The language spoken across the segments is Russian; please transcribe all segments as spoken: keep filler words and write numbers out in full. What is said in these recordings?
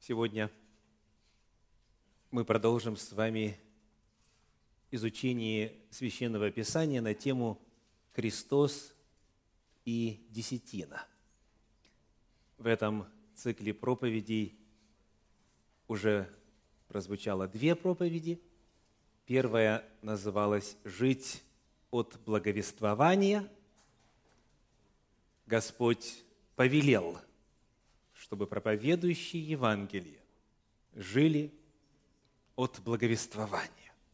Сегодня мы продолжим с вами изучение Священного Писания на тему «Христос и десятина». В этом цикле проповедей уже прозвучало две проповеди. Первая называлась «Жить от благовествования». Господь повелел, чтобы проповедующие Евангелие жили от благовествования.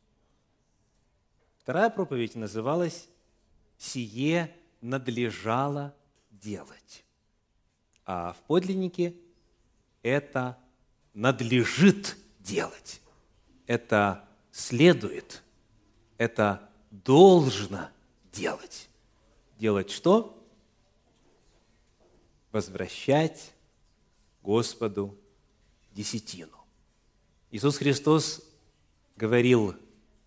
Вторая проповедь называлась «Сие надлежало делать». А в подлиннике это надлежит делать. Это следует. Это должно делать. Делать что? Возвращать Господу десятину. Иисус Христос говорил: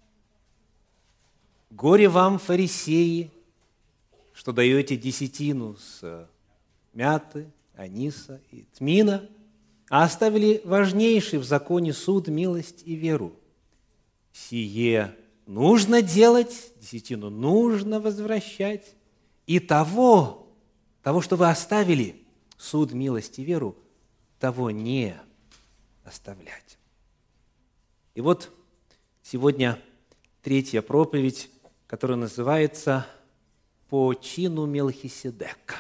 «Горе вам, фарисеи, что даете десятину с мяты, аниса и тмина, а оставили важнейший в законе суд, милость и веру. Сие нужно делать, десятину нужно возвращать, и того, того, что вы оставили, суд, милость и веру, того не оставлять». И вот сегодня третья проповедь, которая называется «По чину Мелхиседека».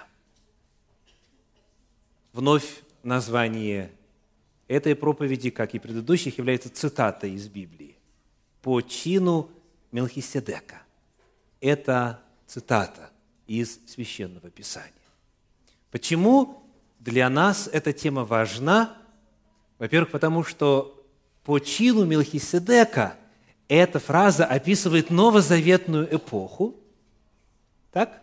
Вновь название этой проповеди, как и предыдущих, является цитатой из Библии. «По чину Мелхиседека». Это цитата из Священного Писания. Почему для нас эта тема важна? Во-первых, потому что по чину Мелхиседека эта фраза описывает новозаветную эпоху. Так?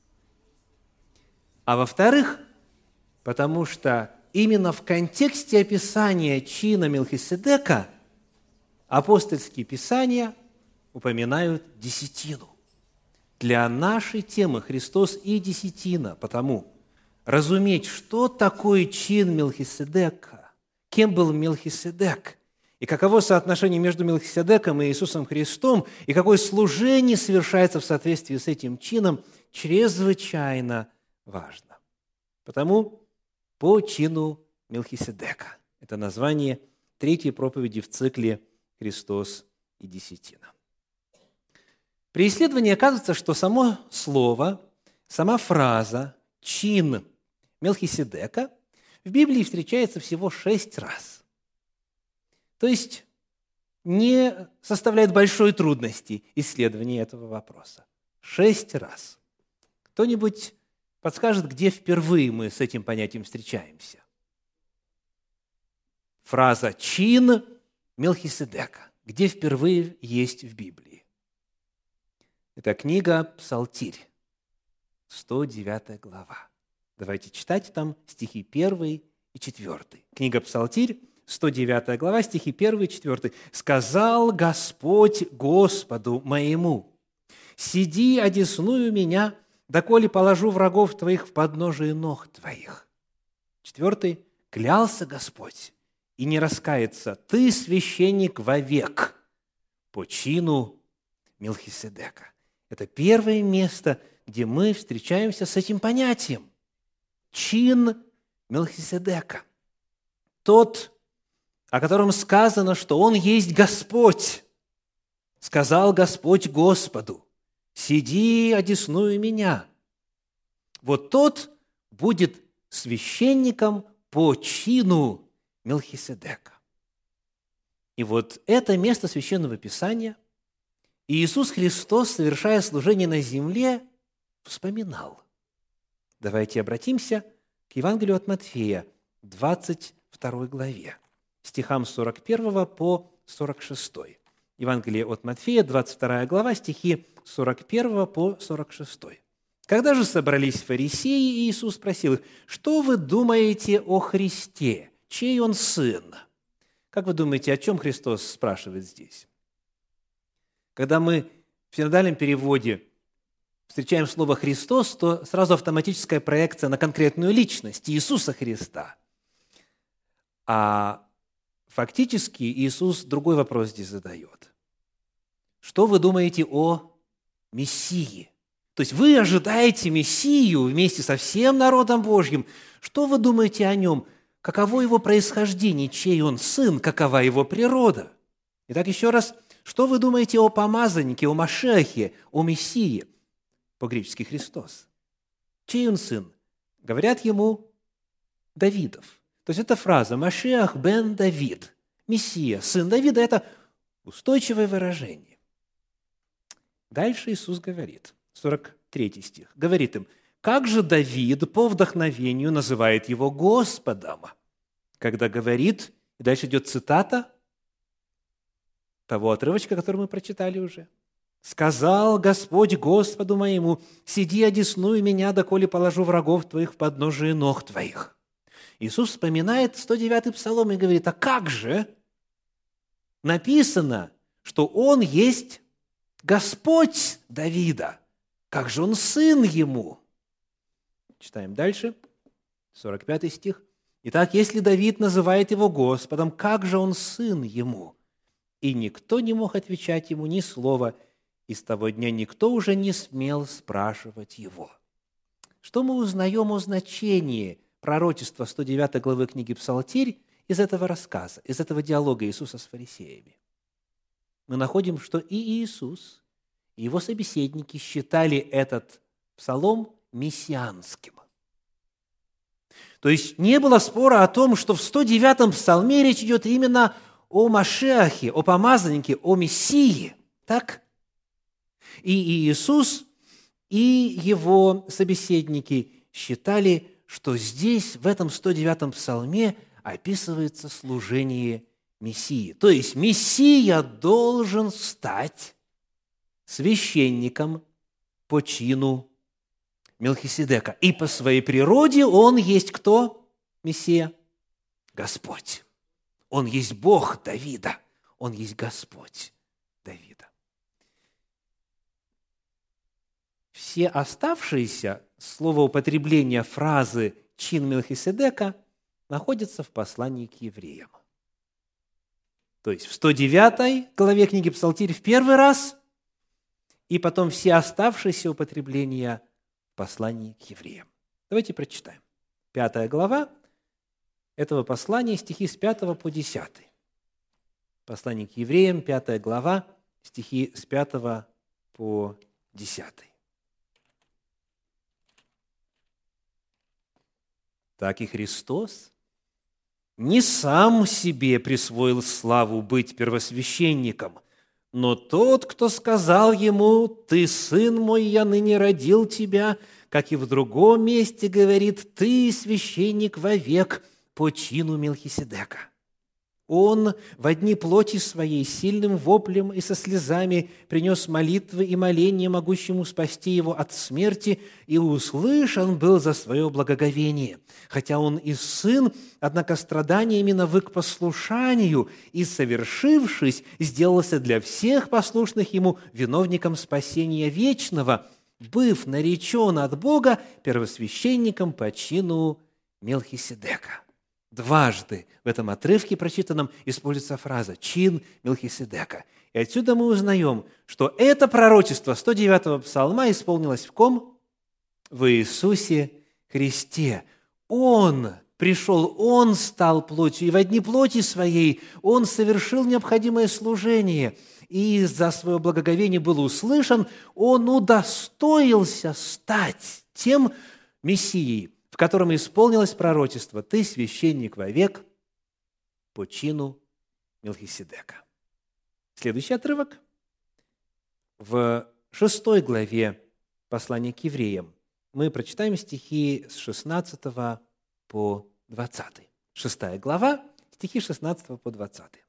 А во-вторых, потому что именно в контексте описания чина Мелхиседека апостольские писания упоминают десятину. Для нашей темы «Христос и десятина», потому разуметь, что такое чин Мелхиседека, кем был Мелхиседек, и каково соотношение между Мелхиседеком и Иисусом Христом, и какое служение совершается в соответствии с этим чином, чрезвычайно важно. Потому по чину Мелхиседека. Это название третьей проповеди в цикле «Христос и десятина». При исследовании оказывается, что само слово, сама фраза «чин Мелхиседека» в Библии встречается всего шесть раз. То есть не составляет большой трудности исследование этого вопроса. Шесть раз. Кто-нибудь подскажет, где впервые мы с этим понятием встречаемся? Фраза «чин Мелхиседека». Где впервые есть в Библии? Это книга «Псалтирь», сто девятая глава. Давайте читать там стихи первый и четвертый. Книга «Псалтирь», сто девятая глава, стихи первый и четвертый. «Сказал Господь Господу моему: сиди, одесную меня, доколе положу врагов твоих в подножие ног твоих». Четвертый. «Клялся Господь, и не раскается, ты священник вовек по чину Мелхиседека». Это первое место, где мы встречаемся с этим понятием. Чин Мелхиседека. Тот, о котором сказано, что Он есть Господь. Сказал Господь Господу: сиди, одесную меня. Вот тот будет священником по чину Мелхиседека. И вот это место Священного Писания Иисус Христос, совершая служение на земле, вспоминал. Давайте обратимся к Евангелию от Матфея, двадцать второй главе, стихам с сорок первого по сорок шестой. Евангелие от Матфея, двадцать вторая глава, стихи с сорок первого по сорок шестой. «Когда же собрались фарисеи, Иисус спросил их: что вы думаете о Христе? Чей Он сын?» Как вы думаете, о чем Христос спрашивает здесь? Когда мы в синодальном переводе встречаем слово «Христос», то сразу автоматическая проекция на конкретную личность Иисуса Христа. А фактически Иисус другой вопрос здесь задает. Что вы думаете о Мессии? То есть вы ожидаете Мессию вместе со всем народом Божьим. Что вы думаете о нем? Каково его происхождение? Чей он сын? Какова его природа? Итак, еще раз, что вы думаете о помазаннике, о Машиахе, о Мессии? По-гречески Христос. Чей он сын? Говорят ему Давидов. То есть эта фраза «Машиах бен Давид», Мессия, сын Давида – это устойчивое выражение. Дальше Иисус говорит, сорок третий стих, говорит им: «Как же Давид по вдохновению называет его Господом?» Когда говорит, и дальше идет цитата того отрывочка, который мы прочитали уже. «Сказал Господь Господу моему: сиди одесную меня, доколе положу врагов твоих в подножие ног твоих». Иисус вспоминает сто девятый псалом и говорит: а как же написано, что Он есть Господь Давида? Как же Он сын ему? Читаем дальше, сорок пятый стих. «Итак, если Давид называет его Господом, как же он сын ему?» И никто не мог отвечать ему ни слова, и с того дня никто уже не смел спрашивать его. Что мы узнаем о значении пророчества сто девятой главы книги Псалтирь из этого рассказа, из этого диалога Иисуса с фарисеями? Мы находим, что и Иисус, и его собеседники считали этот псалом мессианским. То есть не было спора о том, что в сто девятом псалме речь идет именно о Машиахе, о помазаннике, о Мессии. Так? И Иисус, и его собеседники считали, что здесь, в этом сто девятом псалме, описывается служение Мессии. То есть Мессия должен стать священником по чину Мелхиседека. И по своей природе он есть кто? Мессия? Господь. Он есть Бог Давида. Он есть Господь Давида. Все оставшиеся словоупотребления фразы «чин Мелхиседека» находятся в послании к евреям. То есть в сто девятой главе книги Псалтирь в первый раз, и потом все оставшиеся употребления в послании к евреям. Давайте прочитаем. Пятая глава этого послания, стихи с пятого по десятый. Послание к евреям, пятая глава, стихи с пятого по десятый. Так и Христос не сам себе присвоил славу быть первосвященником, но тот, кто сказал ему: «Ты, сын мой, я ныне родил тебя», как и в другом месте говорит: «Ты священник вовек по чину Мелхиседека». Он в дни плоти своей сильным воплем и со слезами принес молитвы и моления могущему спасти его от смерти, и услышан был за свое благоговение. Хотя он и сын, однако страданиями навык послушанию, и, совершившись, сделался для всех послушных ему виновником спасения вечного, быв наречен от Бога первосвященником по чину Мелхиседека. Дважды в этом отрывке прочитанном используется фраза «чин Мелхиседека». И отсюда мы узнаем, что это пророчество сто девятого псалма исполнилось в ком? В Иисусе Христе. Он пришел, Он стал плотью, и во дни плоти своей Он совершил необходимое служение, и за свое благоговение был услышан, Он удостоился стать тем Мессией, в котором исполнилось пророчество: «Ты священник вовек по чину Мелхиседека». Следующий отрывок в шестой главе послания к евреям. Мы прочитаем стихи с шестнадцатого по двадцатый. Шестая глава, стихи с шестнадцатого по двадцатый.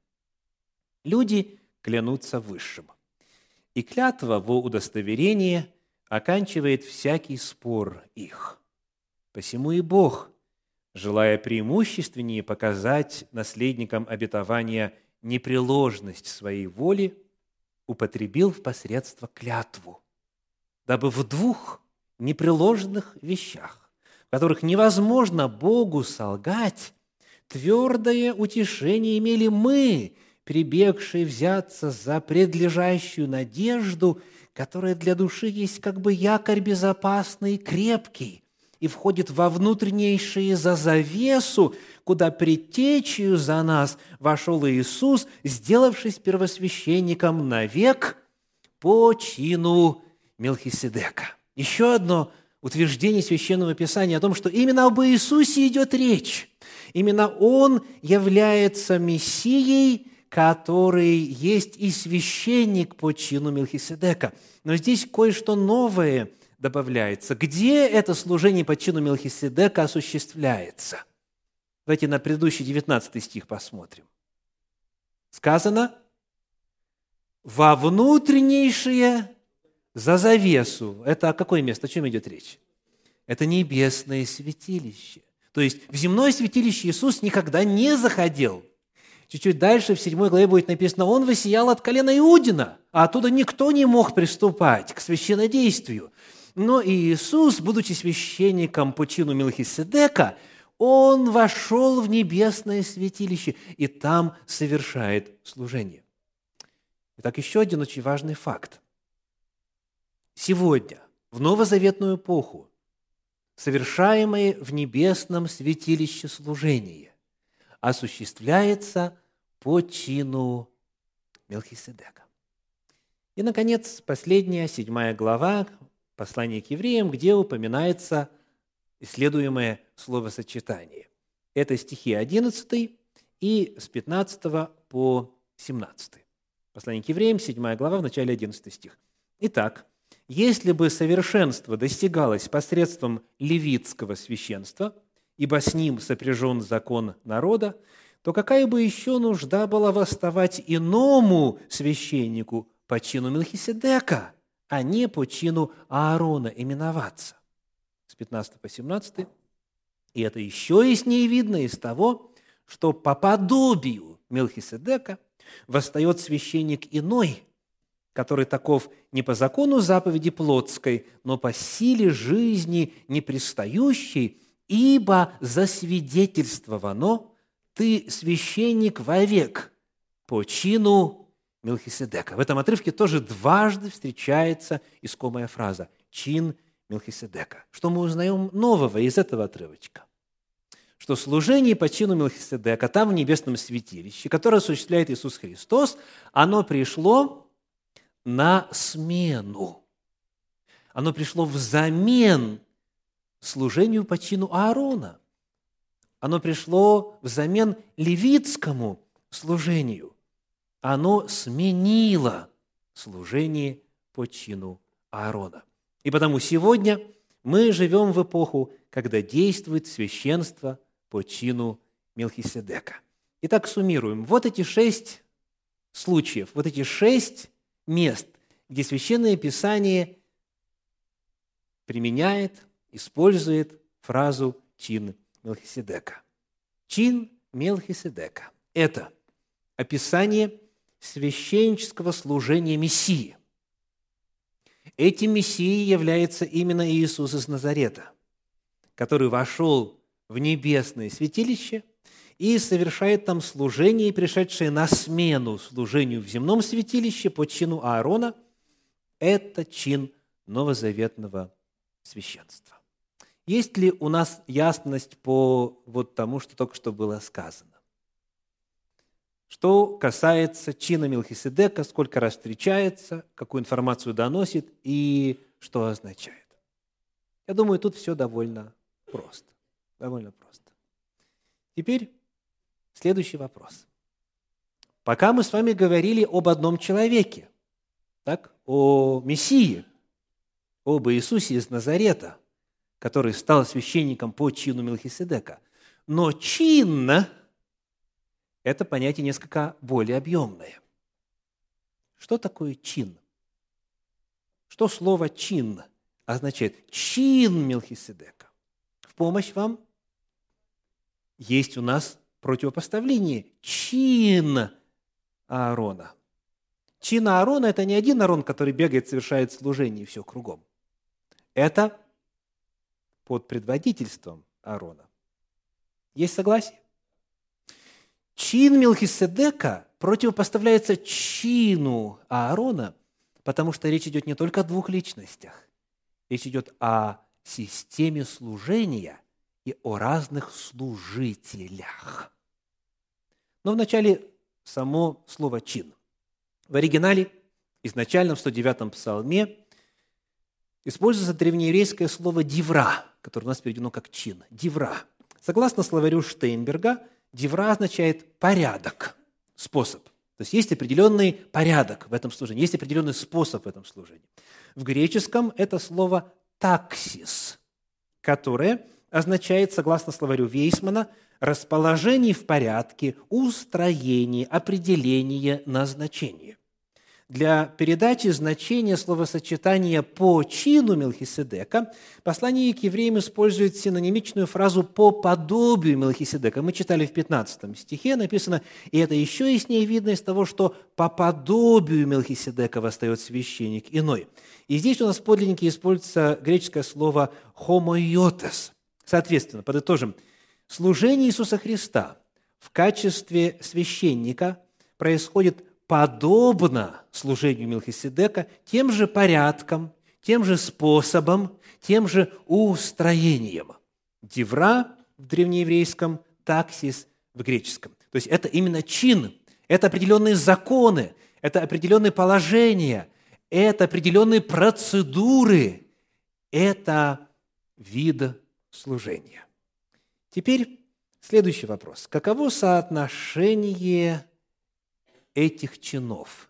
«Люди клянутся высшим, и клятва во удостоверение оканчивает всякий спор их. Посему и Бог, желая преимущественнее показать наследникам обетования непреложность своей воли, употребил в посредство клятву, дабы в двух непреложных вещах, в которых невозможно Богу солгать, твердое утешение имели мы, прибегшие взяться за предлежащую надежду, которая для души есть как бы якорь безопасный и крепкий, и входит во внутреннейшие за завесу, куда предтечью за нас вошел Иисус, сделавшись первосвященником навек по чину Мелхиседека. Еще одно утверждение Священного Писания о том, что именно об Иисусе идет речь. Именно Он является Мессией, который есть и священник по чину Мелхиседека. Но здесь кое-что новое добавляется. Где это служение по чину Мелхиседека осуществляется? Давайте на предыдущий девятнадцатый стих посмотрим. Сказано: «Во внутреннейшее за завесу». Это какое место? О чем идет речь? Это небесное святилище. То есть в земное святилище Иисус никогда не заходил. Чуть-чуть дальше, в седьмой главе будет написано: «Он воссиял от колена Иудина», а оттуда никто не мог приступать к священнодействию. Но Иисус, будучи священником по чину Мелхиседека, Он вошел в небесное святилище и там совершает служение. Итак, еще один очень важный факт. Сегодня, в новозаветную эпоху, совершаемое в небесном святилище служение осуществляется по чину Мелхиседека. И, наконец, последняя, седьмая глава послания к евреям, где упоминается исследуемое словосочетание. Это стихи одиннадцатый и с пятнадцатого по семнадцатый. Послание к евреям, седьмая глава, в начале одиннадцатый стих. «Итак, если бы совершенство достигалось посредством левитского священства, ибо с ним сопряжен закон народа, то какая бы еще нужда была восставать иному священнику по чину Мелхиседека, а не по чину Аарона именоваться?» С пятнадцатого по семнадцатый. «И это еще яснее видно из того, что по подобию Мелхиседека восстает священник иной, который таков не по закону заповеди плотской, но по силе жизни непристающей, ибо засвидетельствовано: ты священник вовек по чину Мелхиседека». В этом отрывке тоже дважды встречается искомая фраза «чин Мелхиседека». Что мы узнаем нового из этого отрывочка? Что служение по чину Мелхиседека там, в небесном святилище, которое осуществляет Иисус Христос, оно пришло на смену. Оно пришло взамен служению по чину Аарона. Оно пришло взамен левитскому служению. Оно сменило служение по чину Аарона. И потому сегодня мы живем в эпоху, когда действует священство по чину Мелхиседека. Итак, суммируем. Вот эти шесть случаев, вот эти шесть мест, где Священное Писание применяет, использует фразу «чин Мелхиседека». Чин Мелхиседека – это описание священнического служения Мессии. Этим Мессией является именно Иисус из Назарета, который вошел в небесное святилище и совершает там служение, пришедшее на смену служению в земном святилище по чину Аарона. Это чин новозаветного священства. Есть ли у нас ясность по вот тому, что только что было сказано? Что касается чина Мелхиседека, сколько раз встречается, какую информацию доносит и что означает? Я думаю, тут все довольно просто. Довольно просто. Теперь следующий вопрос. Пока мы с вами говорили об одном человеке, так, о Мессии, об Иисусе из Назарета, который стал священником по чину Мелхиседека. Но чин – это понятие несколько более объемное. Что такое чин? Что слово «чин» означает? Чин Мелхиседека. В помощь вам есть у нас противопоставление чин Аарона. Чин Аарона – это не один Аарон, который бегает, совершает служение и все кругом. Это под предводительством Аарона. Есть согласие? чин Мелхиседека противопоставляется чину Аарона, потому что речь идет не только о двух личностях, речь идет о системе служения и о разных служителях. Но вначале само слово «чин». В оригинале, изначально в сто девятом псалме, используется древнееврейское слово «дивра», которое у нас переведено как «чин». Дивра. Согласно словарю Штейнберга, дивра означает «порядок», «способ». То есть есть определенный порядок в этом служении, есть определенный способ в этом служении. В греческом это слово «таксис», которое означает, согласно словарю Вейсмана, расположение в порядке, устроение, определение, назначение. Для передачи значения словосочетания «по чину Мелхиседека» послание к евреям использует синонимичную фразу «по подобию Мелхиседека». Мы читали в пятнадцатом стихе, написано, и это еще яснее видно из того, что «по подобию Мелхиседека восстает священник иной». И здесь у нас в подлиннике используется греческое слово «хомоиотес». Соответственно, подытожим, служение Иисуса Христа в качестве священника происходит подобно служению Мелхиседека тем же порядком, тем же способом, тем же устроением. Дивра в древнееврейском, таксис в греческом. То есть это именно чин, это определенные законы, это определенные положения, это определенные процедуры, это вид служения. Теперь следующий вопрос. Каково соотношение этих чинов?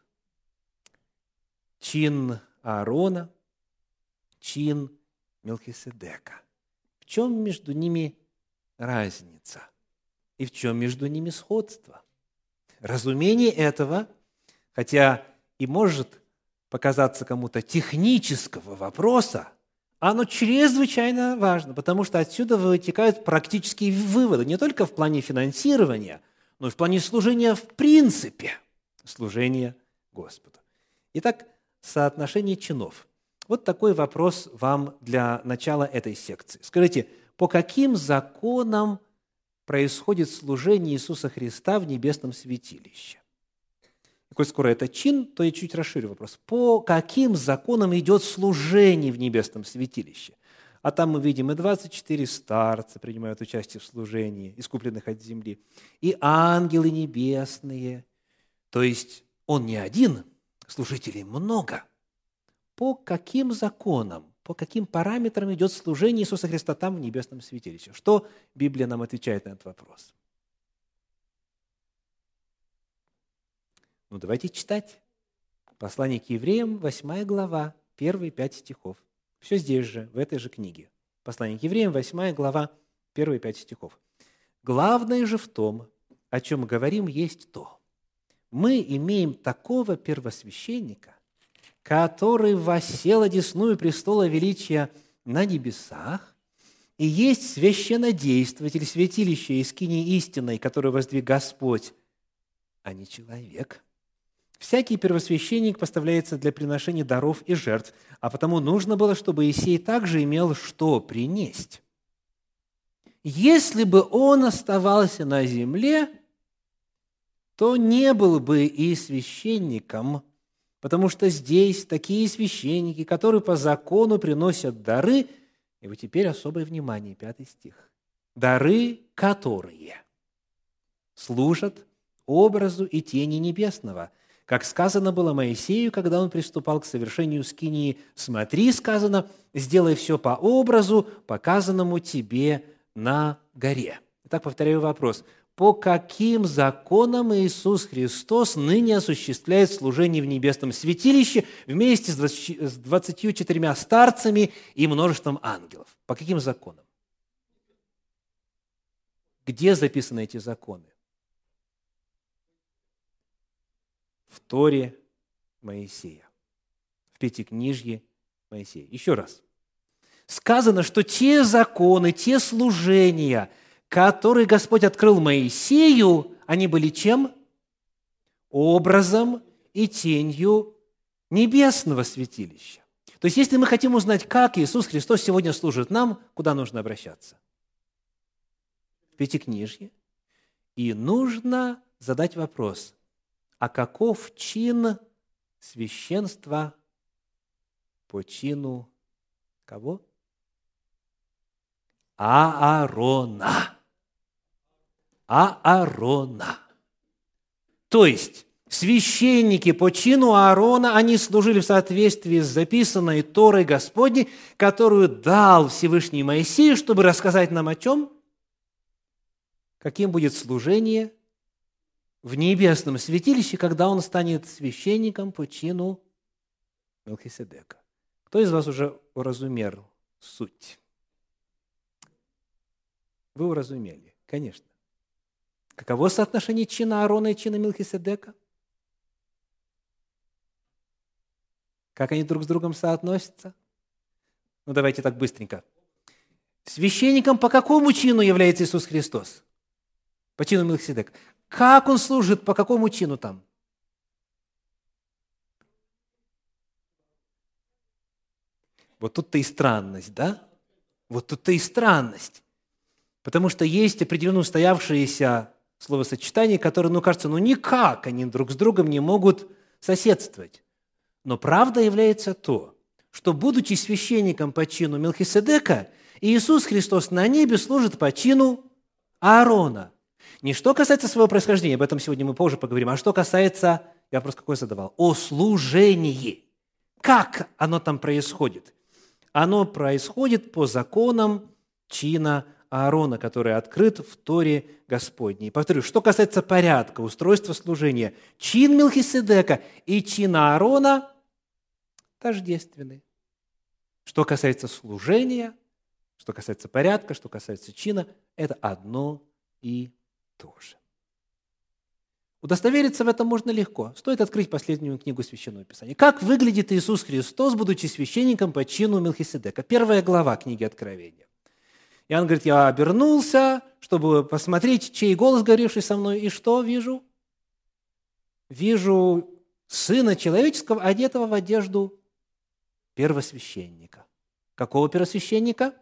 Чин Аарона, чин Мелхиседека. В чем между ними разница? И в чем между ними сходство? Разумение этого, хотя и может показаться кому-то технического вопроса, оно чрезвычайно важно, потому что отсюда вытекают практические выводы не только в плане финансирования, но и в плане служения в принципе, служения Господу. Итак, соотношение чинов. Вот такой вопрос вам для начала этой секции. Скажите, по каким законам происходит служение Иисуса Христа в небесном святилище? Коль скоро это чин, то я чуть расширю вопрос. По каким законам идет служение в небесном святилище? А там мы видим и двадцать четыре старца принимают участие в служении, искупленных от земли, и ангелы небесные. То есть он не один, служителей много. По каким законам, по каким параметрам идет служение Иисуса Христа там в небесном святилище? Что Библия нам отвечает на этот вопрос? Ну, давайте читать. Послание к евреям, восьмая глава, первые пять стихов. Все здесь же, в этой же книге. Послание к евреям, восьмая глава, первые пять стихов. «Главное же в том, о чем говорим, есть то. Мы имеем такого первосвященника, который воссел одесную престола величия на небесах, и есть священнодействователь святилища и скинии истинной, который воздвиг Господь, а не человек». Всякий первосвященник поставляется для приношения даров и жертв, а потому нужно было, чтобы Иисей также имел что принесть. Если бы он оставался на земле, то не был бы и священником, потому что здесь такие священники, которые по закону приносят дары, и вот теперь особое внимание, пятый стих, дары, которые служат образу и тени небесного, как сказано было Моисею, когда он приступал к совершению скинии, «Смотри, сказано, сделай все по образу, показанному тебе на горе». Итак, повторяю вопрос. По каким законам Иисус Христос ныне осуществляет служение в небесном святилище вместе с двадцатью четырьмя старцами и множеством ангелов? По каким законам? Где записаны эти законы? В Торе Моисея, в Пятикнижье Моисея. Еще раз. Сказано, что те законы, те служения, которые Господь открыл Моисею, они были чем? Образом и тенью небесного святилища. То есть, если мы хотим узнать, как Иисус Христос сегодня служит нам, куда нужно обращаться? В Пятикнижье. И нужно задать вопрос, а каков чин священства по чину кого? Аарона. Аарона. То есть, священники по чину Аарона, они служили в соответствии с записанной Торой Господней, которую дал Всевышний Моисею, чтобы рассказать нам о чем? Каким будет служение в небесном святилище, когда он станет священником по чину Мелхиседека. Кто из вас уже уразумел суть? Вы уразумели, конечно. Каково соотношение чина Аарона и чина Мелхиседека? Как они друг с другом соотносятся? Ну, давайте так быстренько. Священником по какому чину является Иисус Христос? По чину Мелхиседека. Как Он служит, по какому чину там? Вот тут-то и странность, да? Вот тут-то и странность. Потому что есть определенно устоявшиеся словосочетания, которые, ну, кажется, ну, никак они друг с другом не могут соседствовать. Но правда является то, что, будучи священником по чину Мелхиседека, Иисус Христос на небе служит по чину Аарона. Не что касается своего происхождения, об этом сегодня мы позже поговорим, а что касается, я вопрос какой задавал, о служении. Как оно там происходит? Оно происходит по законам чина Аарона, который открыт в Торе Господней. Повторю, что касается порядка, устройства служения, чин Мелхиседека и чин Аарона тождественны. Что касается служения, что касается порядка, что касается чина, это одно и то же. Удостовериться в этом можно легко. Стоит открыть последнюю книгу Священного Писания. Как выглядит Иисус Христос, будучи священником по чину Мелхиседека? Первая глава книги Откровения. Иоанн говорит, я обернулся, чтобы посмотреть, чей голос, говоривший со мной, и что вижу? Вижу Сына Человеческого, одетого в одежду первосвященника. Какого первосвященника?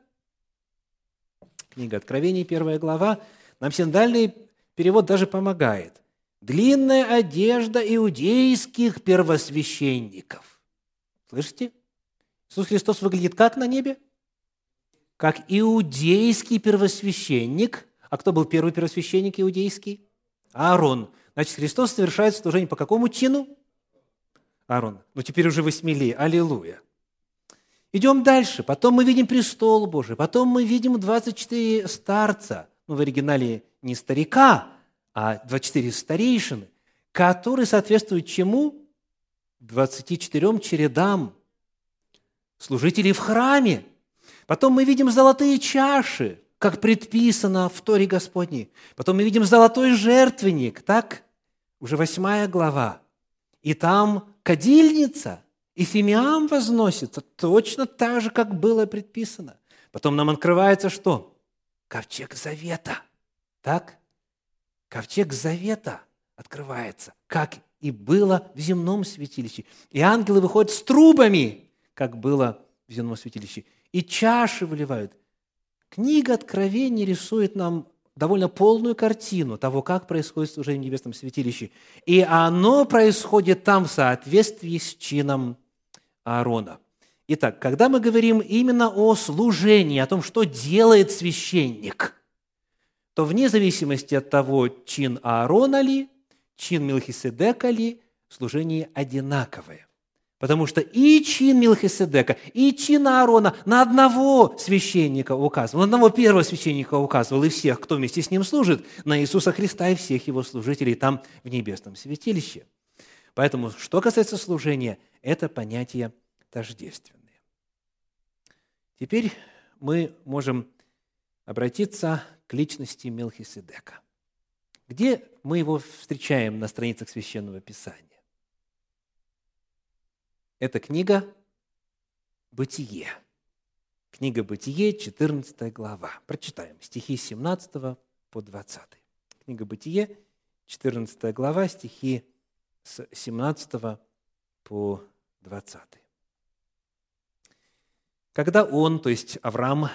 Книга Откровений, первая глава. Нам синодальный перевод даже помогает. Длинная одежда иудейских первосвященников. Слышите? Иисус Христос выглядит как на небе? Как иудейский первосвященник. А кто был первый первосвященник иудейский? Аарон. Значит, Христос совершает служение по какому чину? Аарон. Ну, теперь уже вы смели. Аллилуйя. Идем дальше. Потом мы видим престол Божий. Потом мы видим двадцать четыре старца. Ну, в оригинале не старика, а двадцать четыре старейшины, которые соответствуют чему? двадцати четырем чередам служителей в храме. Потом мы видим золотые чаши, как предписано в Торе Господней. Потом мы видим золотой жертвенник, так? Уже восьмая глава. И там кадильница, и фимиам возносится, точно так же, как было предписано. Потом нам открывается что? Ковчег Завета. Так? Ковчег Завета открывается, как и было в земном святилище. И ангелы выходят с трубами, как было в земном святилище. И чаши выливают. Книга Откровений рисует нам довольно полную картину того, как происходит служение в небесном святилище. И оно происходит там в соответствии с чином Аарона. Итак, когда мы говорим именно о служении, о том, что делает священник, то вне зависимости от того, чин Аарона ли, чин Мелхиседека ли, служение одинаковое. Потому что и чин Мелхиседека, и чин Аарона на одного священника указывал, на одного первого священника указывал, и всех, кто вместе с ним служит, на Иисуса Христа и всех его служителей там в небесном святилище. Поэтому, что касается служения, это понятие тождественные. Теперь мы можем обратиться к личности Мелхиседека. Где мы его встречаем на страницах Священного Писания? Это книга «Бытие». Книга «Бытие», четырнадцатая глава. Прочитаем стихи с семнадцатого по двадцатый. Книга «Бытие», четырнадцатая глава, стихи с семнадцатого по двадцатый. Когда он, то есть Авраам,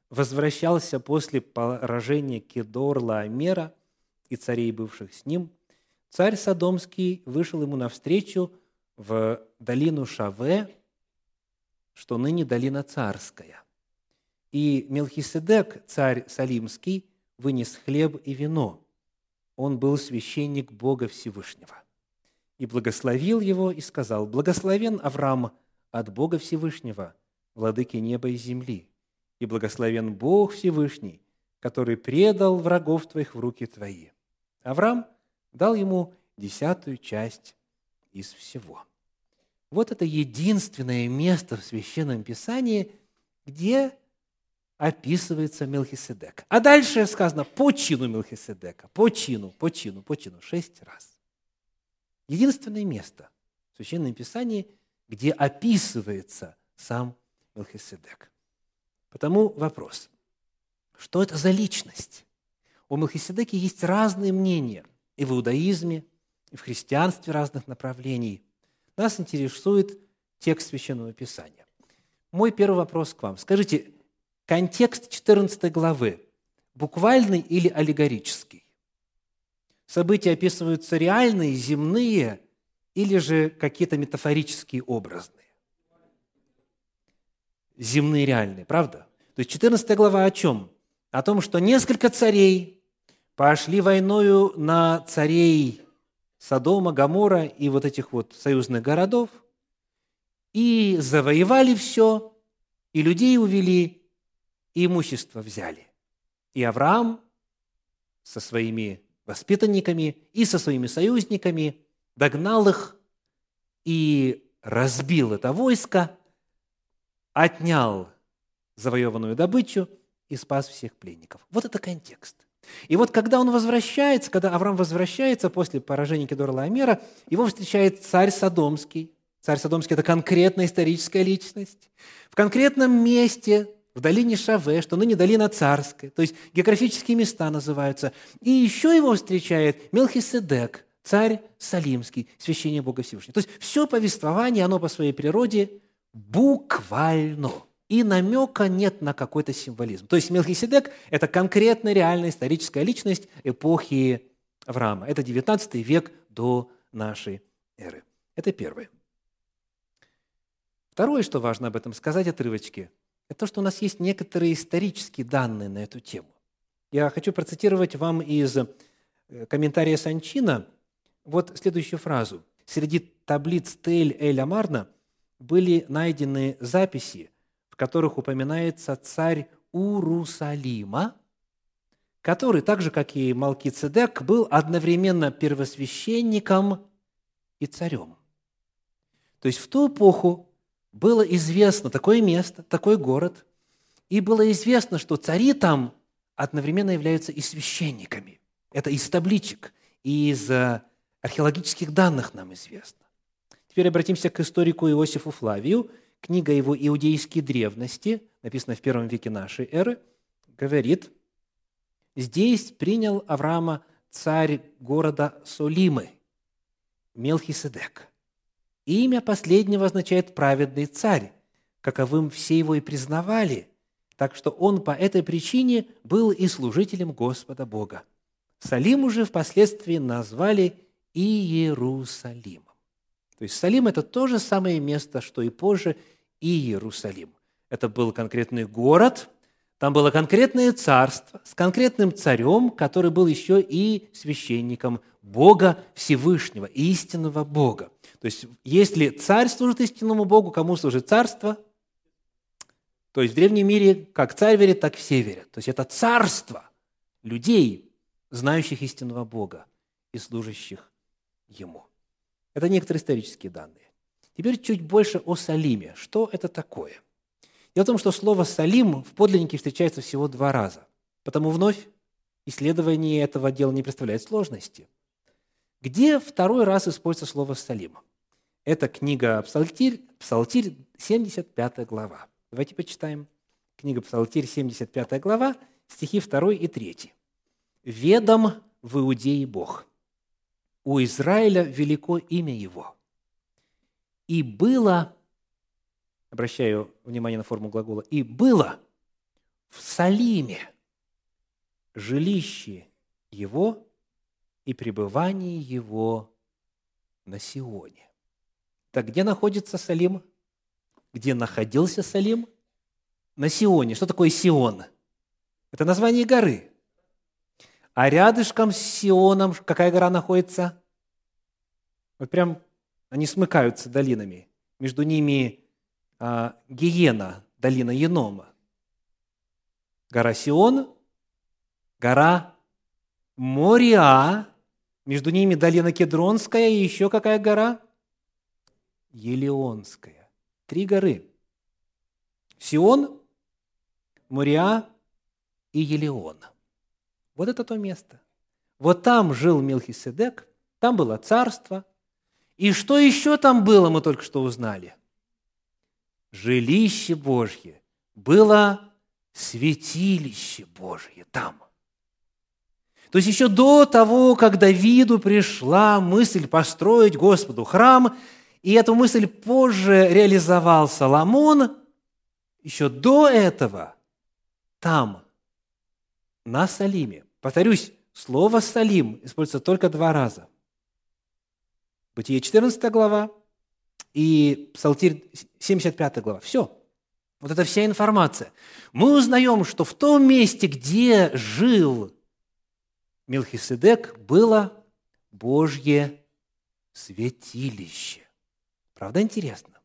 возвращался после поражения Кедор-Лаомера и царей, бывших с ним, царь Содомский вышел ему навстречу в долину Шаве, что ныне долина Царская. И Мелхиседек, царь Салимский, вынес хлеб и вино. Он был священник Бога Всевышнего. И благословил его, и сказал: «Благословен Авраам от Бога Всевышнего, владыки неба и земли, и благословен Бог Всевышний, который предал врагов твоих в руки твои». Авраам дал ему десятую часть из всего. Вот это единственное место в Священном Писании, где описывается Мелхиседек. А дальше сказано по чину Мелхиседека, по чину, по чину, по чину, шесть раз. Единственное место в Священном Писании, где описывается сам Мелхиседек. Потому вопрос: что это за личность? О Мелхиседеке есть разные мнения и в иудаизме, и в христианстве разных направлений. Нас интересует текст Священного Писания. Мой первый вопрос к вам. Скажите, контекст четырнадцатой главы буквальный или аллегорический? События описываются реальные, земные, или же какие-то метафорические, образные? Земные, реальные, правда? То есть четырнадцатая глава о чем? О том, что несколько царей пошли войною на царей Содома, Гоморра и вот этих вот союзных городов, и завоевали все, и людей увели, и имущество взяли. И Авраам со своими воспитанниками и со своими союзниками догнал их и разбил это войско, отнял завоеванную добычу и спас всех пленников. Вот это контекст. И вот когда он возвращается, когда Авраам возвращается после поражения Кедор-Лаомера, его встречает царь Содомский. Царь Содомский – это конкретная историческая личность. В конкретном месте, в долине Шаве, что ныне долина Царская, то есть географические места называются. И еще его встречает Мелхиседек, царь Салимский, священник Бога Всевышнего. То есть все повествование, оно по своей природе буквально. И намека нет на какой-то символизм. То есть Мелхиседек – это конкретная, реальная историческая личность эпохи Авраама. Это девятнадцатый век до нашей эры. Это первое. Второе, что важно об этом сказать, отрывочки, это то, что у нас есть некоторые исторические данные на эту тему. Я хочу процитировать вам из комментария Санчина вот следующую фразу. Среди таблиц Тель-эль-Амарна были найдены записи, в которых упоминается царь Урусалима, который, так же, как и Малкицедек, был одновременно первосвященником и царем. То есть в ту эпоху было известно такое место, такой город, и было известно, что цари там одновременно являются и священниками. Это из табличек, и из археологических данных нам известно. Теперь обратимся к историку Иосифу Флавию. Книга его «Иудейские древности», написанная в первом веке нашей эры, говорит: «Здесь принял Авраама царь города Солимы, Мелхиседек. Имя последнего означает «праведный царь», каковым все его и признавали, так что он по этой причине был и служителем Господа Бога. Салиму же впоследствии назвали Иерусалимом». То есть Салим – это то же самое место, что и позже Иерусалим. Это был конкретный город, там было конкретное царство с конкретным царем, который был еще и священником Бога Всевышнего, истинного Бога. То есть, если царь служит истинному Богу, кому служит царство? То есть, в древнем мире как царь верит, так все верят. То есть, это царство людей, знающих истинного Бога и служащих Ему. Это некоторые исторические данные. Теперь чуть больше о Салиме. Что это такое? Дело в том, что слово «салим» в подлиннике встречается всего два раза. Потому вновь исследование этого дела не представляет сложности. Где второй раз используется слово «салим»? Это книга Псалтирь, Псалтирь, семьдесят пятая глава. Давайте почитаем. Книга Псалтирь, семьдесят пятая глава, стихи второй и третий. «Ведом в Иудее Бог, у Израиля велико имя Его. И было, обращаю внимание на форму глагола, и было в Салиме жилище Его и пребывание его на Сионе». Так где находится Салим? Где находился Салим? На Сионе. Что такое Сион? Это название горы. А рядышком с Сионом какая гора находится? Вот прям они смыкаются долинами. Между ними а, Гиена, долина Енома. Гора Сион, гора Мориа, между ними долина Кедронская и еще какая гора? Елеонская. Три горы. Сион, Мориа и Елеон. Вот это то место. Вот там жил Мелхиседек, там было царство. И что еще там было, мы только что узнали? Жилище Божье. Было святилище Божье там. То есть еще до того, как Давиду пришла мысль построить Господу храм, и эту мысль позже реализовал Соломон, еще до этого там, на Салиме, повторюсь, слово «Салим» используется только два раза. Бытие четырнадцатая глава и Псалтирь семьдесят пятая глава. Все. Вот это вся информация. Мы узнаем, что в том месте, где жил Мелхиседек, было Божье святилище. Правда интересно?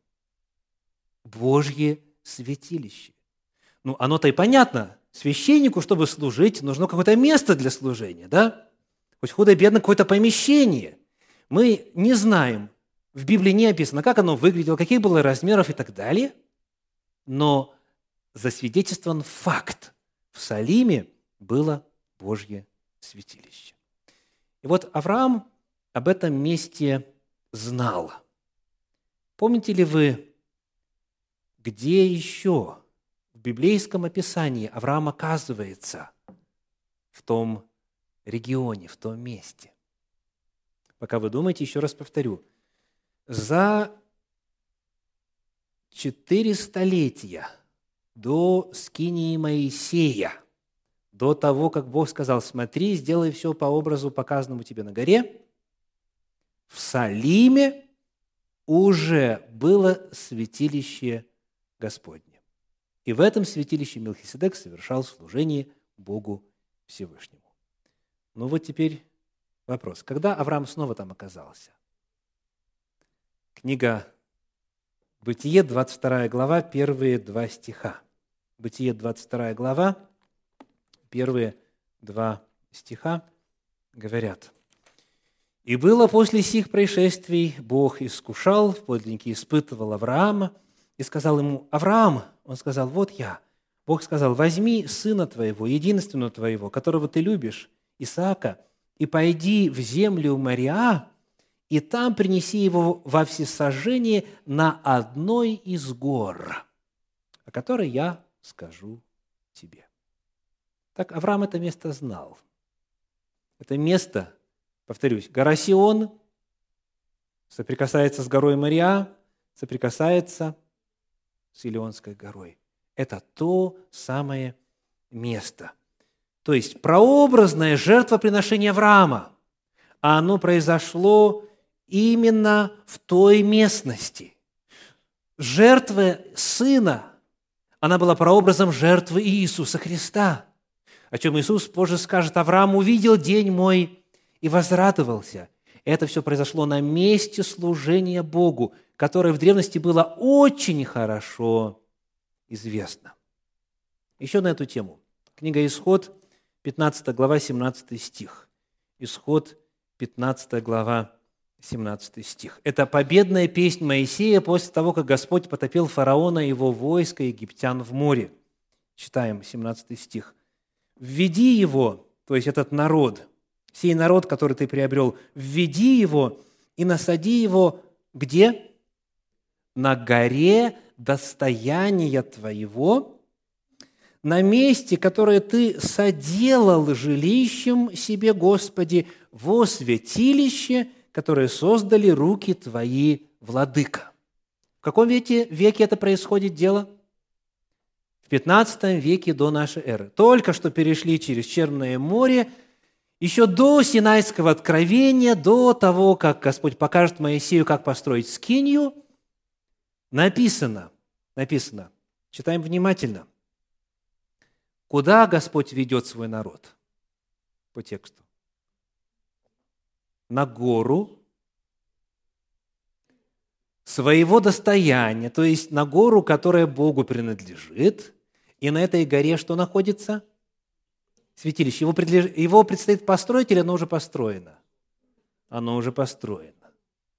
Божье святилище. Ну, оно-то и понятно. Священнику, чтобы служить, нужно какое-то место для служения, да? Хоть худо-бедно какое-то помещение. Мы не знаем, в Библии не описано, как оно выглядело, каких было размеров и так далее, но засвидетельствован факт. В Салиме было Божье святилище. И вот Авраам об этом месте знал. Помните ли вы, где еще в библейском описании Авраам оказывается в том регионе, в том месте? Пока вы думаете, еще раз повторю. За четыре столетия до скинии Моисея, до того, как Бог сказал: «Смотри, сделай все по образу, показанному тебе на горе», в Салиме уже было святилище Господне. И в этом святилище Мелхиседек совершал служение Богу Всевышнему. Ну вот теперь вопрос. Когда Авраам снова там оказался? Книга Бытие, двадцать вторая глава, первые два стиха. Бытие, двадцать вторая глава, первые два стиха говорят: «И было после сих происшествий, Бог искушал, в подлиннике испытывал Авраама, и сказал ему: Авраам, он сказал: вот я. Бог сказал: возьми сына твоего, единственного твоего, которого ты любишь, Исаака, и пойди в землю Мориа, и там принеси его во всесожжение на одной из гор, о которой я скажу тебе». Так Авраам это место знал. Это место, повторюсь, гора Сион соприкасается с горой Мориа, соприкасается с Илионской горой. Это то самое место. То есть прообразное жертвоприношение Авраама, а оно произошло именно в той местности. Жертва Сына, она была прообразом жертвы Иисуса Христа, о чем Иисус позже скажет: «Авраам увидел день мой и возрадовался». Это все произошло на месте служения Богу, которое в древности было очень хорошо известно. Еще на эту тему. Книга Исход, пятнадцатая глава, семнадцатый стих. Исход, пятнадцатая глава, семнадцатый стих. Это победная песнь Моисея после того, как Господь потопил фараона и его войско египтян в море. Читаем семнадцатый стих. «Введи его», то есть этот народ, сей народ, который ты приобрел, «введи его и насади его где? На горе достояния твоего, на месте, которое ты соделал жилищем себе, Господи, во святилище, которое создали руки твои, владыка». В каком веке, веке это происходит дело? В пятнадцатом веке до нашей эры. Только что перешли через Черное море, Еще до Синайского откровения, до того, как Господь покажет Моисею, как построить скинию, написано, написано, читаем внимательно, куда Господь ведет свой народ по тексту. На гору своего достояния, то есть на гору, которая Богу принадлежит, и на этой горе что находится? Святилище. Его, предлеж... Его предстоит построить или оно уже построено? Оно уже построено.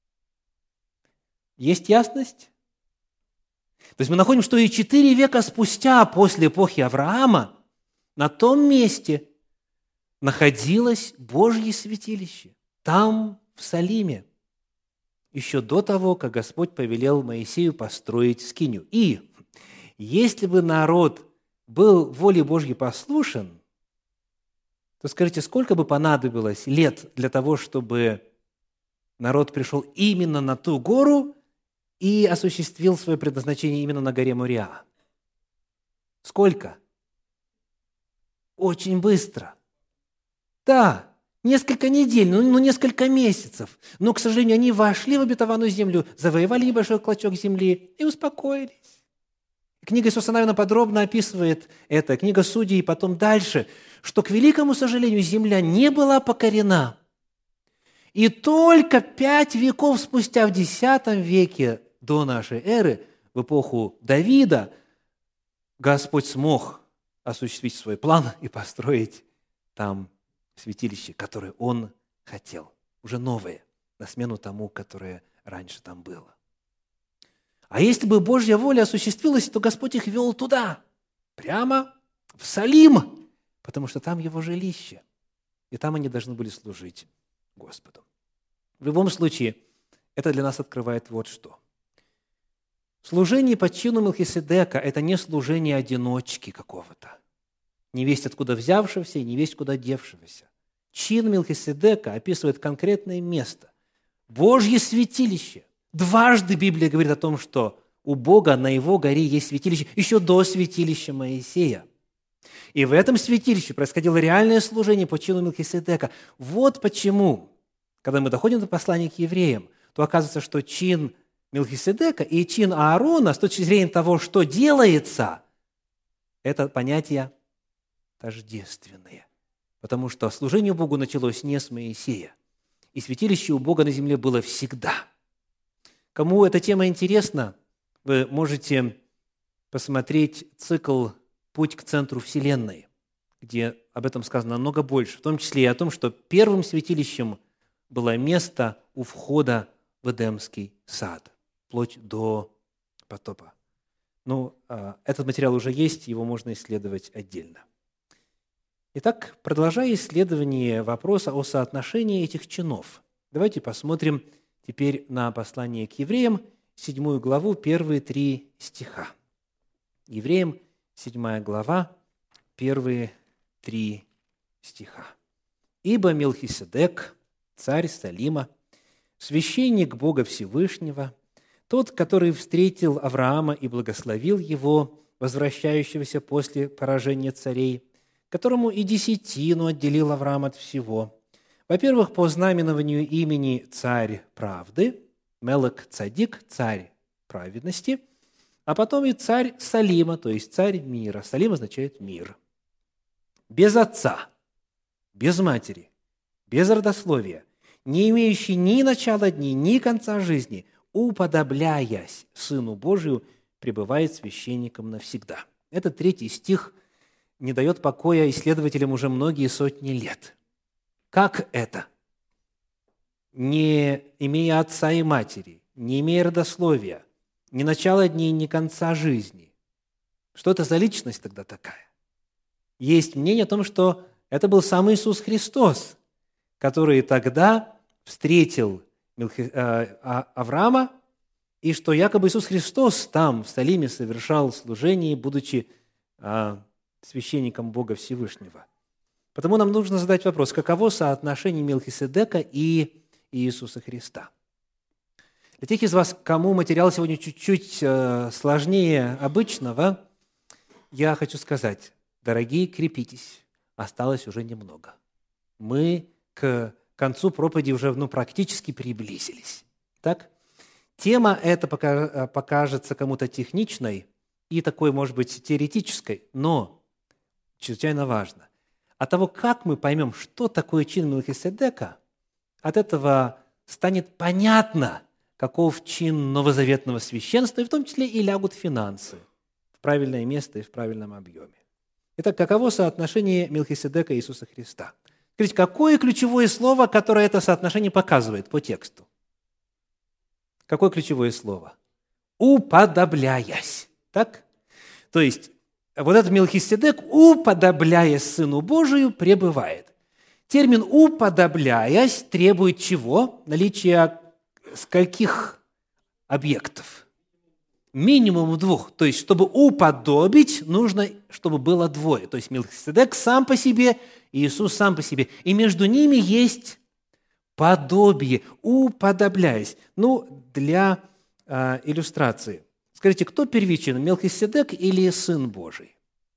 Есть ясность? То есть мы находим, что и четыре века спустя, после эпохи Авраама, на том месте находилось Божье святилище, там, в Салиме, еще до того, как Господь повелел Моисею построить скинию. И если бы народ был воле Божьей послушен, то скажите, сколько бы понадобилось лет для того, чтобы народ пришел именно на ту гору и осуществил свое предназначение именно на горе Мориа? Сколько? Очень быстро. Да, несколько недель, ну, ну несколько месяцев. Но, к сожалению, они вошли в обетованную землю, завоевали небольшой клочок земли и успокоились. Книга Иисуса Навина подробно описывает это, книга Судей, и потом дальше, что, к великому сожалению, земля не была покорена. И только пять веков спустя, в десятом веке до нашей эры, в эпоху Давида, Господь смог осуществить свой план и построить там святилище, которое Он хотел, уже новое, на смену тому, которое раньше там было. А если бы Божья воля осуществилась, то Господь их вел туда, прямо в Салим, потому что там Его жилище, и там они должны были служить Господу. В любом случае, это для нас открывает вот что. Служение по чину Мелхиседека – это не служение одиночки какого-то, не весть откуда взявшегося и не весть куда девшегося. Чин Мелхиседека описывает конкретное место, Божье святилище. Дважды Библия говорит о том, что у Бога на Его горе есть святилище, еще до святилища Моисея. И в этом святилище происходило реальное служение по чину Мелхиседека. Вот почему, когда мы доходим до послания к евреям, то оказывается, что чин Мелхиседека и чин Аарона с точки зрения того, что делается, это понятия тождественные. Потому что служение Богу началось не с Моисея. И святилище у Бога на земле было всегда. Кому эта тема интересна, вы можете посмотреть цикл «Путь к центру Вселенной», где об этом сказано намного больше, в том числе и о том, что первым святилищем было место у входа в Эдемский сад, вплоть до потопа. Ну, этот материал уже есть, его можно исследовать отдельно. Итак, продолжая исследование вопроса о соотношении этих чинов, давайте посмотрим теперь на послание к евреям, седьмую главу, первые три стиха. Евреям, седьмая глава, первые три стиха. «Ибо Мелхиседек, царь Салима, священник Бога Всевышнего, тот, который встретил Авраама и благословил его, возвращающегося после поражения царей, которому и десятину отделил Авраам от всего, во-первых, по знаменованию имени царь правды, Мелек Цадик, царь праведности, а потом и царь Салима, то есть царь мира. Салим означает мир. Без отца, без матери, без родословия, не имеющий ни начала дней, ни конца жизни, уподобляясь Сыну Божию, пребывает священником навсегда. Этот третий стих не дает покоя исследователям уже многие сотни лет. Как это? Не имея отца и матери, не имея родословия, ни начала дней, ни конца жизни. Что это за личность тогда такая? Есть мнение о том, что это был сам Иисус Христос, который тогда встретил Авраама, и что якобы Иисус Христос там, в Салиме, совершал служение, будучи священником Бога Всевышнего. Потому нам нужно задать вопрос, каково соотношение Мелхиседека и Иисуса Христа. Для тех из вас, кому материал сегодня чуть-чуть сложнее обычного, я хочу сказать, дорогие, крепитесь, осталось уже немного. мы к концу проповеди уже ну, практически приблизились. Так? Тема эта покажется кому-то техничной и такой, может быть, теоретической, но чрезвычайно важно. От того, как мы поймем, что такое чин Мелхиседека, от этого станет понятно, каков чин новозаветного священства, и в том числе и лягут финансы в правильное место и в правильном объеме. Итак, каково соотношение Мелхиседека и Иисуса Христа? Скажите, какое ключевое слово, которое это соотношение показывает по тексту? Какое ключевое слово? «Уподобляясь». Так? То есть, вот этот Мелхиседек, уподобляясь Сыну Божию, пребывает. Термин «уподобляясь» требует чего? Наличия скольких объектов? Минимум двух. То есть, чтобы уподобить, нужно, чтобы было двое. То есть, Мелхиседек сам по себе, и Иисус сам по себе. И между ними есть подобие, уподобляясь. Ну, для э, иллюстрации. Скажите, кто первичен, Мелхиседек или Сын Божий?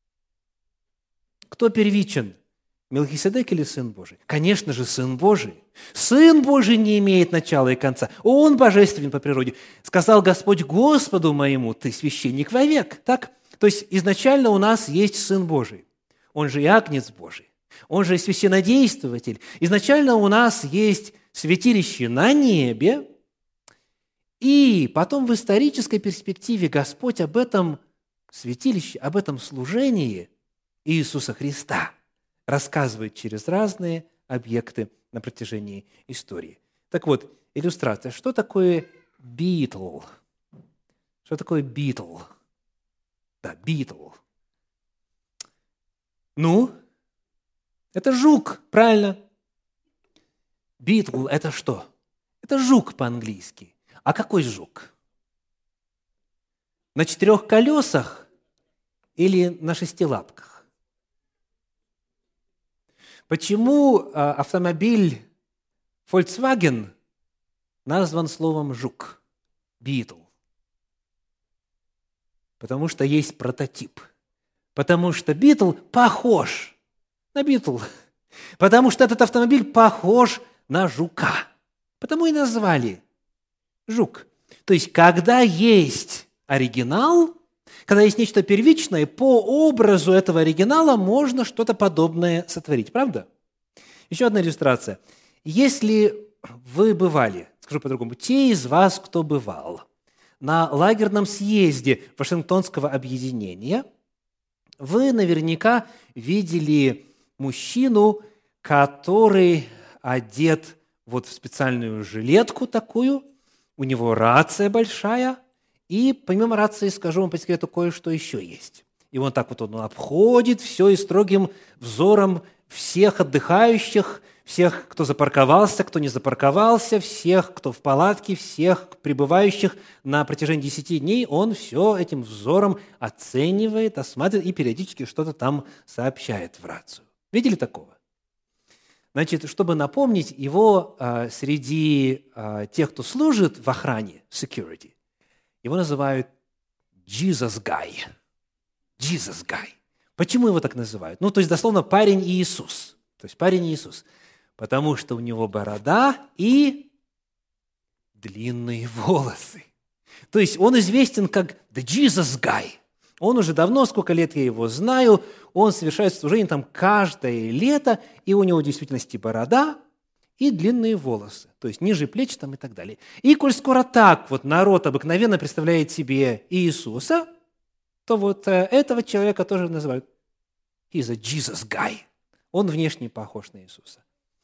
Кто первичен, Мелхиседек или Сын Божий? Конечно же, Сын Божий. Сын Божий не имеет начала и конца. Он божественен по природе. Сказал Господь Господу моему, ты священник вовек. Так? То есть, изначально у нас есть Сын Божий. Он же и Агнец Божий. Он же и священнодействователь. Изначально у нас есть святилище на небе, и потом в исторической перспективе Господь об этом святилище, об этом служении Иисуса Христа рассказывает через разные объекты на протяжении истории. Так вот, иллюстрация. Что такое битл? Что такое битл? Да, битл. Ну, это жук, правильно? Битл – это что? Это жук по-английски. А какой жук? На четырех колесах или на шести лапках? Почему автомобиль Volkswagen назван словом «жук», «битл»? Потому что есть прототип. Потому что битл похож на битл. Потому что этот автомобиль похож на жука. Потому и назвали жук. То есть, когда есть оригинал, когда есть нечто первичное, по образу этого оригинала можно что-то подобное сотворить. Правда? Еще одна иллюстрация. Если вы бывали, скажу по-другому, те из вас, кто бывал на лагерном съезде Вашингтонского объединения, вы наверняка видели мужчину, который одет вот в специальную жилетку такую, у него рация большая, и помимо рации, скажу вам по секрету, кое-что еще есть. И вот так вот он обходит все и строгим взором всех отдыхающих, всех, кто запарковался, кто не запарковался, всех, кто в палатке, всех пребывающих на протяжении десяти дней, он все этим взором оценивает, осматривает и периодически что-то там сообщает в рацию. Видели такого? Значит, чтобы напомнить его а, среди а, тех, кто служит в охране, security, его называют Jesus Guy. Jesus Guy. Почему его так называют? Ну, то есть, дословно, парень Иисус. То есть, парень Иисус. Потому что у него борода и длинные волосы. То есть, он известен как the Jesus Guy. Он уже давно, сколько лет я его знаю, он совершает служение там каждое лето, и у него в действительности борода и длинные волосы, то есть ниже плеч там и так далее. И коль скоро так вот народ обыкновенно представляет себе Иисуса, то вот этого человека тоже называют he's a Jesus guy. Он внешне похож на Иисуса.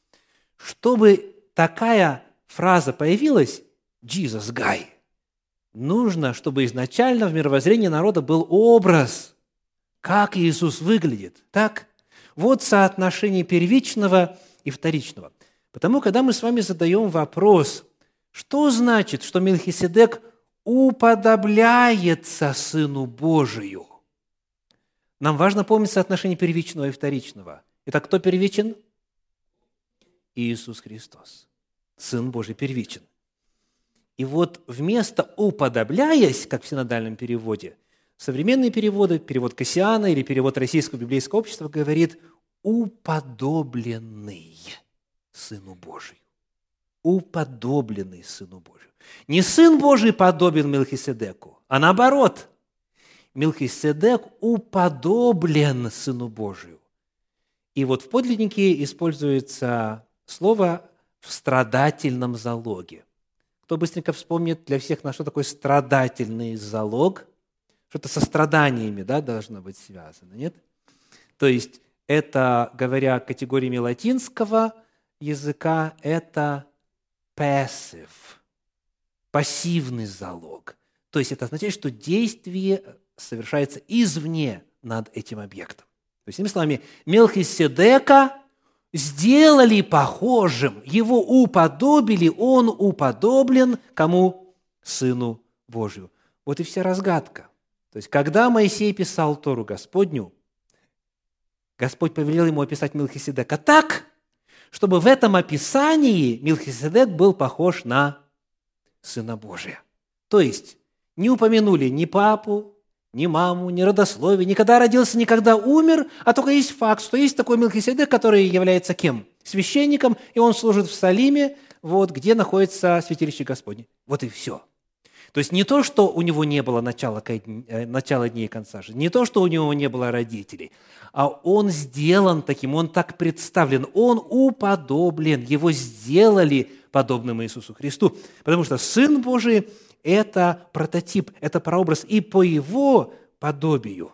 Чтобы такая фраза появилась, Jesus guy, нужно, чтобы изначально в мировоззрении народа был образ, как Иисус выглядит. Так? Вот соотношение первичного и вторичного. Потому, когда мы с вами задаем вопрос, что значит, что Мелхиседек уподобляется Сыну Божию, нам важно помнить соотношение первичного и вторичного. Итак, кто первичен? Иисус Христос. Сын Божий первичен. И вот вместо «уподобляясь», как в синодальном переводе, современные переводы, перевод Кассиана или перевод Российского библейского общества говорит уподобленный Сыну Божию. Уподобленный Сыну Божию. Не Сын Божий подобен Мелхиседеку, а наоборот. Мелхиседек уподоблен Сыну Божию. И вот в подлиннике используется слово в страдательном залоге. Кто быстренько вспомнит для всех, на что такое страдательный залог? Что-то со страданиями, да, должно быть связано, нет? То есть это, говоря категориями латинского языка, это passive, пассивный залог. То есть это означает, что действие совершается извне над этим объектом. То есть, иными словами, Мелхиседека сделали похожим, его уподобили, он уподоблен кому? Сыну Божию. Вот и вся разгадка. То есть, когда Моисей писал Тору Господню, Господь повелел ему описать Мелхиседека так, чтобы в этом описании Мелхиседек был похож на Сына Божия. То есть, не упомянули ни папу, ни маму, ни родословие, никогда родился, никогда умер, а только есть факт, что есть такой Мелхиседек, который является кем? Священником, и он служит в Салиме, вот, где находится святилище Господне. Вот и все. То есть не то, что у него не было начала, начала дней и конца жизни, не то, что у него не было родителей, а он сделан таким, он так представлен, он уподоблен, его сделали подобным Иисусу Христу, потому что Сын Божий – это прототип, это прообраз, и по его подобию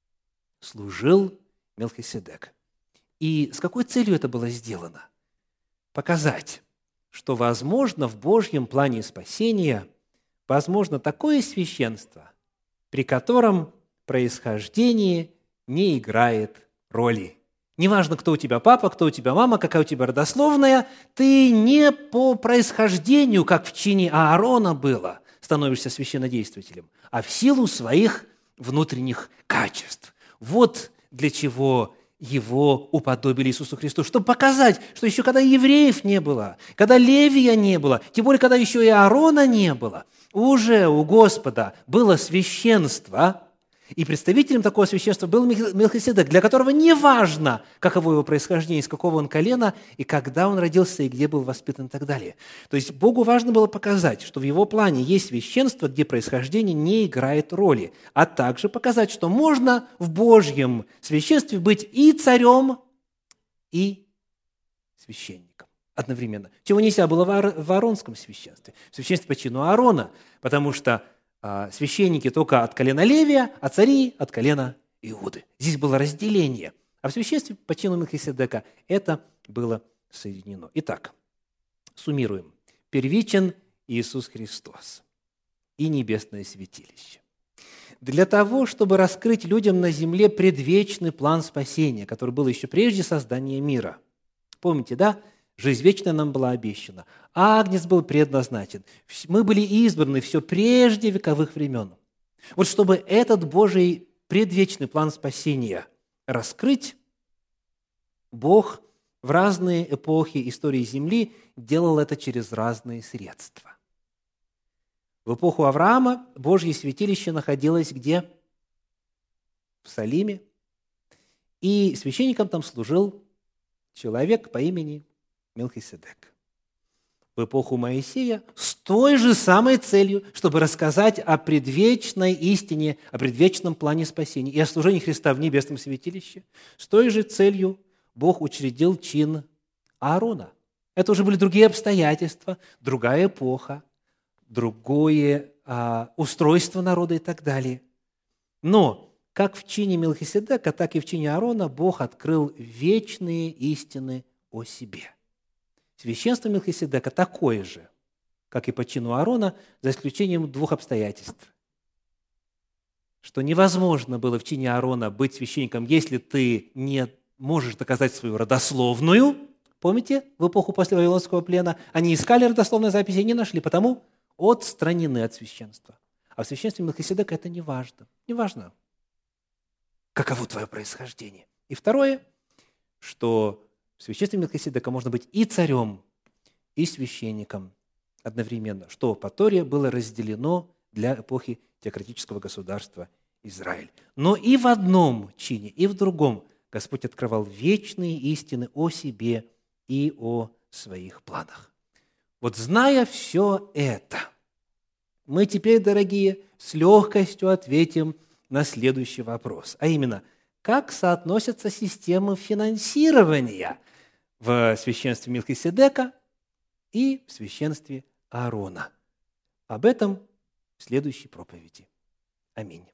служил Мелхиседек. И с какой целью это было сделано? Показать, что возможно в Божьем плане спасения возможно такое священство, при котором происхождение не играет роли. Неважно, кто у тебя папа, кто у тебя мама, какая у тебя родословная, ты не по происхождению, как в чине Аарона было, становишься священнодействителем, а в силу своих внутренних качеств. Вот для чего его уподобили Иисусу Христу, чтобы показать, что еще когда евреев не было, когда Левия не было, тем более, когда еще и Аарона не было, уже у Господа было священство, и представителем такого священства был Мелхиседек, для которого не важно, каково его происхождение, из какого он колена, и когда он родился, и где был воспитан, и так далее. То есть Богу важно было показать, что в его плане есть священство, где происхождение не играет роли, а также показать, что можно в Божьем священстве быть и царем, и священником одновременно. Чего нельзя было в ааронском священстве, в священстве по чину Аарона, потому что священники только от колена Левия, а цари от колена Иуды. Здесь было разделение. А в священстве по чину Мелхиседека это было соединено. Итак, суммируем. Первичен Иисус Христос и небесное святилище. Для того, чтобы раскрыть людям на земле предвечный план спасения, который был еще прежде создания мира. Помните, да? Жизнь вечная нам была обещана. Агнец был предназначен. Мы были избраны все прежде вековых времен. Вот чтобы этот Божий предвечный план спасения раскрыть, Бог в разные эпохи истории Земли делал это через разные средства. В эпоху Авраама Божье святилище находилось где? В Салиме. И священником там служил человек по имени Мелхиседек. В эпоху Моисея с той же самой целью, чтобы рассказать о предвечной истине, о предвечном плане спасения и о служении Христа в небесном святилище, с той же целью Бог учредил чин Аарона. Это уже были другие обстоятельства, другая эпоха, другое а, устройство народа и так далее. Но как в чине Мелхиседека, так и в чине Аарона Бог открыл вечные истины о себе. Священство Мелхиседека такое же, как и по чину Аарона, за исключением двух обстоятельств. Что невозможно было в чине Аарона быть священником, если ты не можешь доказать свою родословную. Помните, в эпоху после Вавилонского плена они искали родословные записи и не нашли, потому отстранены от священства. А в священстве Мелхиседека это не важно. Не важно, каково твое происхождение. И второе, что в священстве Мелхиседека можно быть и царем, и священником одновременно, что по Торе было разделено для эпохи теократического государства Израиль. Но и в одном чине, и в другом Господь открывал вечные истины о себе и о своих планах. Вот зная все это, мы теперь, дорогие, с легкостью ответим на следующий вопрос, а именно, как соотносятся системы финансирования в священстве Мелхиседека и в священстве Аарона. Об этом в следующей проповеди. Аминь.